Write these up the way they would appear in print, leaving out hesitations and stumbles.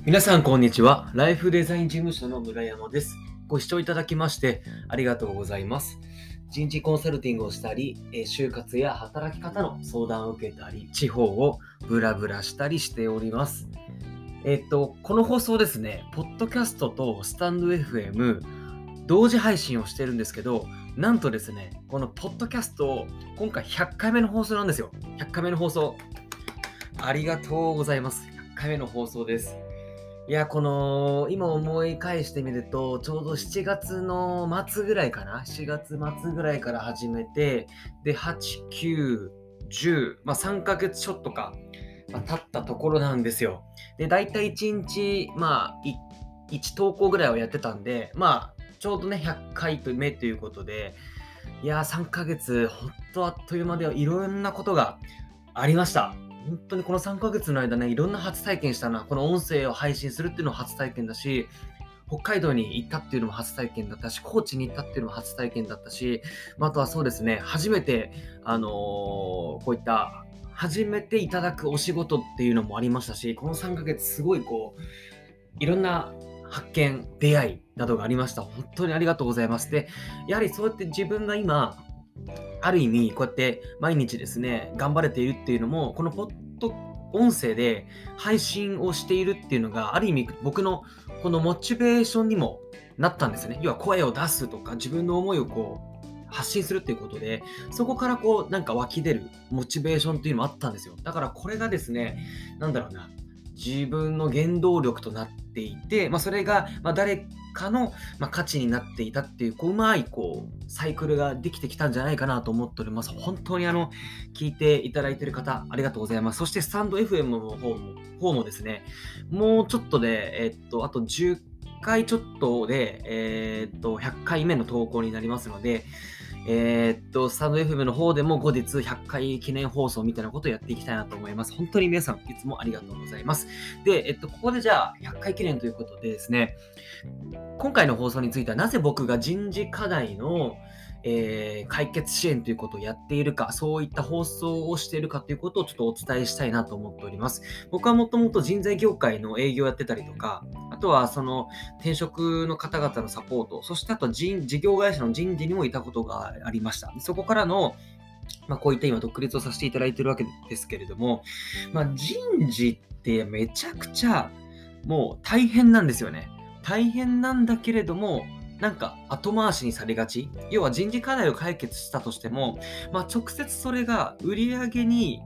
皆さんこんにちは。ライフデザイン事務所の村山です。ご視聴いただきましてありがとうございます。人事コンサルティングをしたり、就活や働き方の相談を受けたり、地方をブラブラしたりしております。この放送ですね、ポッドキャストとスタンド FM 同時配信をしてるんですけど、なんとですね、このポッドキャスト今回100回目の放送なんですよ。100回目の放送。ありがとうございます。100回目の放送です。いや、今思い返してみると、ちょうど7月の末ぐらいかな ?7 月末ぐらいから始めて、で、8、9、10、3ヶ月ちょっとか、経ったところなんですよ。で、だいたい1日、1投稿ぐらいをやってたんで、ちょうどね、100回目ということで、いやー、3ヶ月、ほんとあっという間でいろんなことがありました。本当にこの3ヶ月の間ね、いろんな初体験したな。この音声を配信するっていうのも初体験だし、北海道に行ったっていうのも初体験だったし、高知に行ったっていうのも初体験だったし、あとはそうですね、初めて、こういった初めていただくお仕事っていうのもありましたし、この3ヶ月すごいいろんな発見、出会いなどがありました。本当にありがとうございます。で、やはりそうやって自分が今、ある意味、こうやって毎日ですね、頑張れているっていうのも、このポッド音声で配信をしているっていうのが、ある意味僕のこのモチベーションにもなったんですよね。要は声を出すとか、自分の思いを発信するっていうことで、そこからなんか湧き出るモチベーションっていうのもあったんですよ。だからこれがですね、自分の原動力となっていて、それが、誰かの、価値になっていたっていう、うまい、サイクルができてきたんじゃないかなと思っております。本当に聞いていただいている方、ありがとうございます。そして、スタンド FM の方もですね、もうちょっとで、あと10回ちょっとで、100回目の投稿になりますので、スタンド FM の方でも後日100回記念放送みたいなことをやっていきたいなと思います。本当に皆さんいつもありがとうございます。で、ここでじゃあ100回記念ということでですね、今回の放送についてはなぜ僕が人事課題の、解決支援ということをやっているか、そういった放送をしているかということをちょっとお伝えしたいなと思っております。僕はもともと人材業界の営業をやってたりとか、あとはその転職の方々のサポート、そしてあと事業会社の人事にもいたことがありました。そこからのこういった今独立をさせていただいているわけですけれども、人事ってめちゃくちゃもう大変なんですよね。大変なんだけれども、後回しにされがち。要は人事課題を解決したとしても、直接それが売り上げに、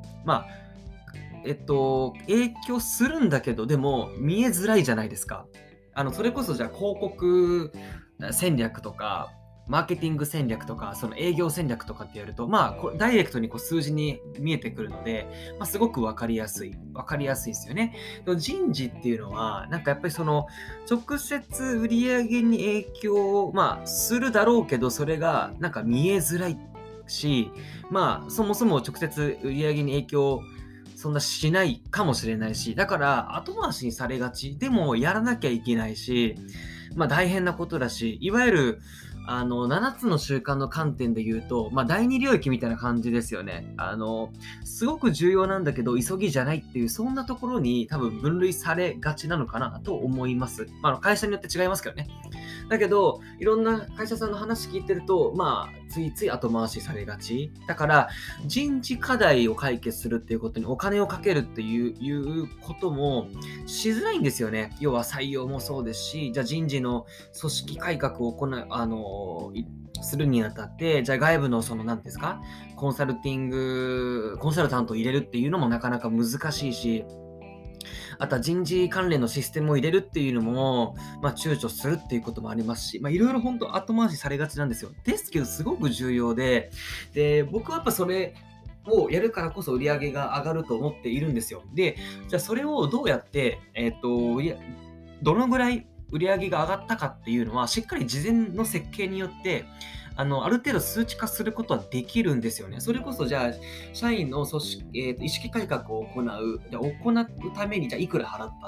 影響するんだけど、でも見えづらいじゃないですか。それこそじゃあ広告戦略とか、マーケティング戦略とか、その営業戦略とかってやると、ダイレクトに数字に見えてくるので、すごくわかりやすいですよね。人事っていうのは、やっぱり直接売り上げに影響を、するだろうけど、それが見えづらいし、そもそも直接売り上げに影響そんなしないかもしれないし、だから後回しにされがち。でもやらなきゃいけないし、大変なことだし、いわゆる7つの習慣の観点で言うと、第二領域みたいな感じですよね。すごく重要なんだけど、急ぎじゃないっていう、そんなところに多分分類されがちなのかなと思います。会社によって違いますけどね。だけど、いろんな会社さんの話聞いてると、ついつい後回しされがち。だから、人事課題を解決するっていうことにお金をかけるっていうこともしづらいんですよね。要は採用もそうですし、じゃあ人事の組織改革をするにあたって、じゃあ外部の何ですか、コンサルタントを入れるっていうのもなかなか難しいし、あとは人事関連のシステムを入れるっていうのも、躊躇するっていうこともありますし、いろいろ本当後回しされがちなんですよ。ですけど、すごく重要で、僕はやっぱそれをやるからこそ売り上げが上がると思っているんですよ。で、じゃあそれをどうやって、どのぐらい売り上げが上がったかっていうのは、しっかり事前の設計によって、ある程度数値化することはできるんですよね。それこそじゃあ、社員の組織、意識改革を行うために、じゃあいくら払った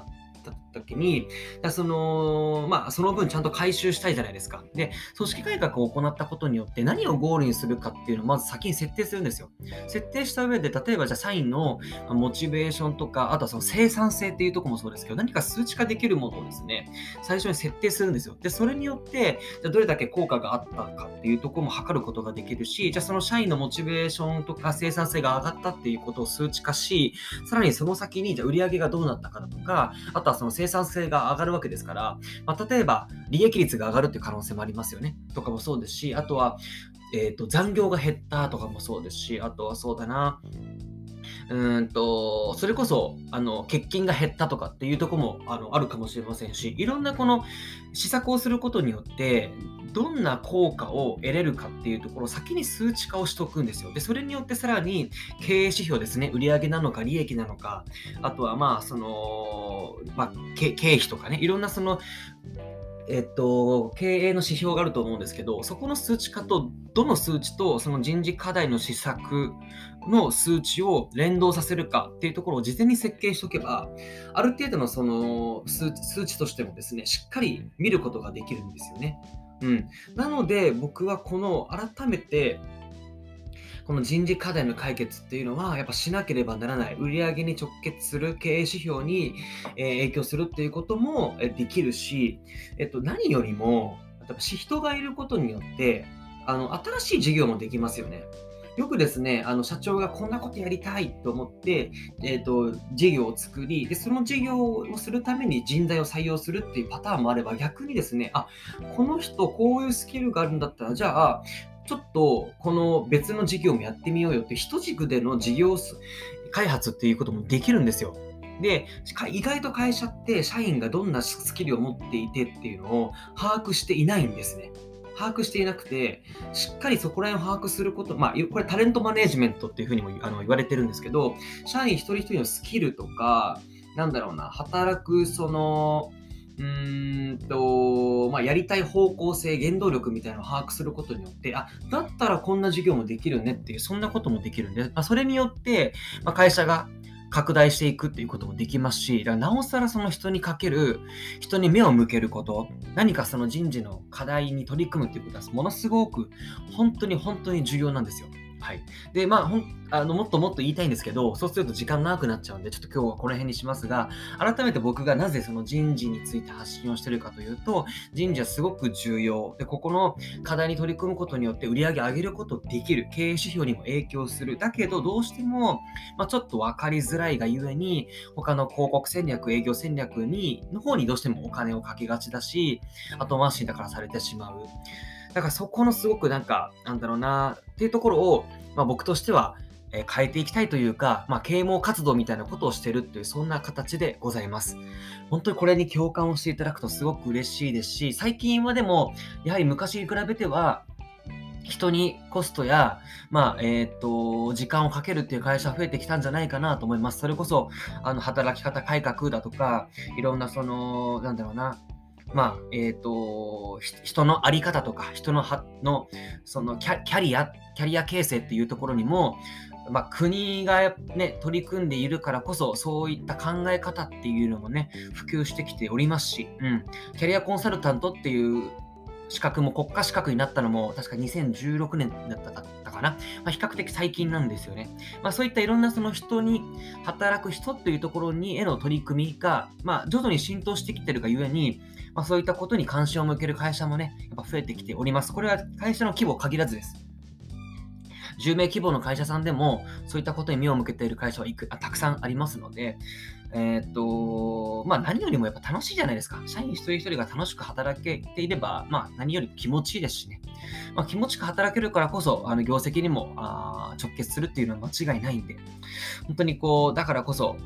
った時に、その分ちゃんと回収したいじゃないですか。で、組織改革を行ったことによって何をゴールにするかっていうのをまず先に設定するんですよ。設定した上で、例えばじゃあ社員のモチベーションとか、あとはその生産性っていうところもそうですけど、何か数値化できるものをですね、最初に設定するんですよ。で、それによって、じゃあどれだけ効果があったかっていうところも測ることができるし、じゃあその社員のモチベーションとか生産性が上がったっていうことを数値化し、さらにその先にじゃあ売上がどうなったかだとか、あとはその生産性が上がるわけですから、例えば利益率が上がるっていう可能性もありますよね。とかもそうですし、あとは、残業が減ったとかもそうですし、あとはそうだな、それこそ、欠勤が減ったとかっていうところも、あるかもしれませんし、いろんなこの施策をすることによって、どんな効果を得れるかっていうところを先に数値化をしておくんですよ。で、それによってさらに経営指標ですね、売上なのか利益なのか、あとは経費とかね、いろんな経営の指標があると思うんですけど、そこの数値化と、どの数値とその人事課題の施策の数値を連動させるかっていうところを事前に設計しておけば、ある程度のその数値としてもですね、しっかり見ることができるんですよね。なので、僕は改めて、この人事課題の解決っていうのは、やっぱしなければならない。売上に直結する経営指標に、影響するっていうこともできるし、何よりも、例えば人がいることによって、新しい事業もできますよね。よくですね、社長がこんなことやりたいと思って、事業を作り、で、その事業をするために人材を採用するっていうパターンもあれば、逆にですね、この人こういうスキルがあるんだったら、じゃあ、ちょっとこの別の事業もやってみようよって、一軸での事業開発っていうこともできるんですよ。で、意外と会社って社員がどんなスキルを持っていてっていうのを把握していないんですね。把握していなくて、しっかりそこら辺を把握すること、これタレントマネージメントっていうふうにも言われてるんですけど、社員一人一人のスキルとか、働くやりたい方向性、原動力みたいなのを把握することによって、だったらこんな事業もできるねっていう、そんなこともできるんで、それによって、会社が拡大していくっていうこともできますし、だからなおさらその人に目を向けること、何かその人事の課題に取り組むっていうことは、ものすごく本当に重要なんですよ。はい。で、もっともっと言いたいんですけど、そうすると時間長くなっちゃうんで、ちょっと今日はこの辺にしますが、改めて僕がなぜその人事について発信をしているかというと、人事はすごく重要。で、ここの課題に取り組むことによって売り上げ上げることできる。経営指標にも影響する。だけど、どうしても、ちょっと分かりづらいがゆえに、他の広告戦略、営業戦略の方にどうしてもお金をかけがちだし、後回しだからされてしまう。だからそこのすごくっていうところを、僕としては、変えていきたいというか、啓蒙活動みたいなことをしているっていう、そんな形でございます。本当にこれに共感をしていただくとすごく嬉しいですし、最近はでも、やはり昔に比べては、人にコストや、時間をかけるっていう会社増えてきたんじゃないかなと思います。それこそ、働き方改革だとか、いろんな人のあり方とか、人のそのキャリア形成っていうところにも、国がね、取り組んでいるからこそ、そういった考え方っていうのもね、普及してきておりますし、キャリアコンサルタントっていう資格も国家資格になったのも、確か2016年だったかな。比較的最近なんですよね。そういったいろんなその働く人っていうところへの取り組みが、徐々に浸透してきてるがゆえに、そういったことに関心を向ける会社もね、やっぱ増えてきております。これは会社の規模限らずです。10名規模の会社さんでも、そういったことに目を向けている会社はたくさんありますので、何よりもやっぱ楽しいじゃないですか。社員一人一人が楽しく働けていれば、何より気持ちいいですしね。気持ちよく働けるからこそ、業績にも直結するっていうのは間違いないんで、本当にだからこそ、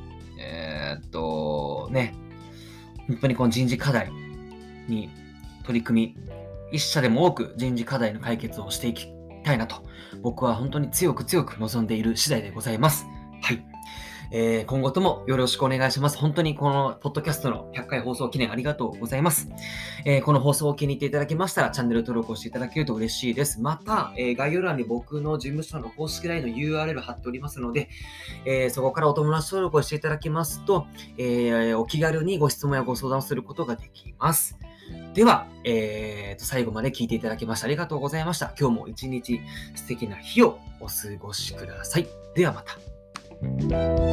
本当にこの人事課題に取り組み、一社でも多く人事課題の解決をしていきたいなと、僕は本当に強く望んでいる次第でございます。はい。 今後ともよろしくお願いします。本当にこのポッドキャストの100回放送記念ありがとうございます。この放送を気に入っていただけましたら、チャンネル登録をしていただけると嬉しいです。また、概要欄に僕の事務所の公式 LINE の URL 貼っておりますので、そこからお友達登録をしていただきますと、お気軽にご質問やご相談をすることができます。では、最後まで聞いていただきましてありがとうございました。今日も一日素敵な日をお過ごしください。ではまた。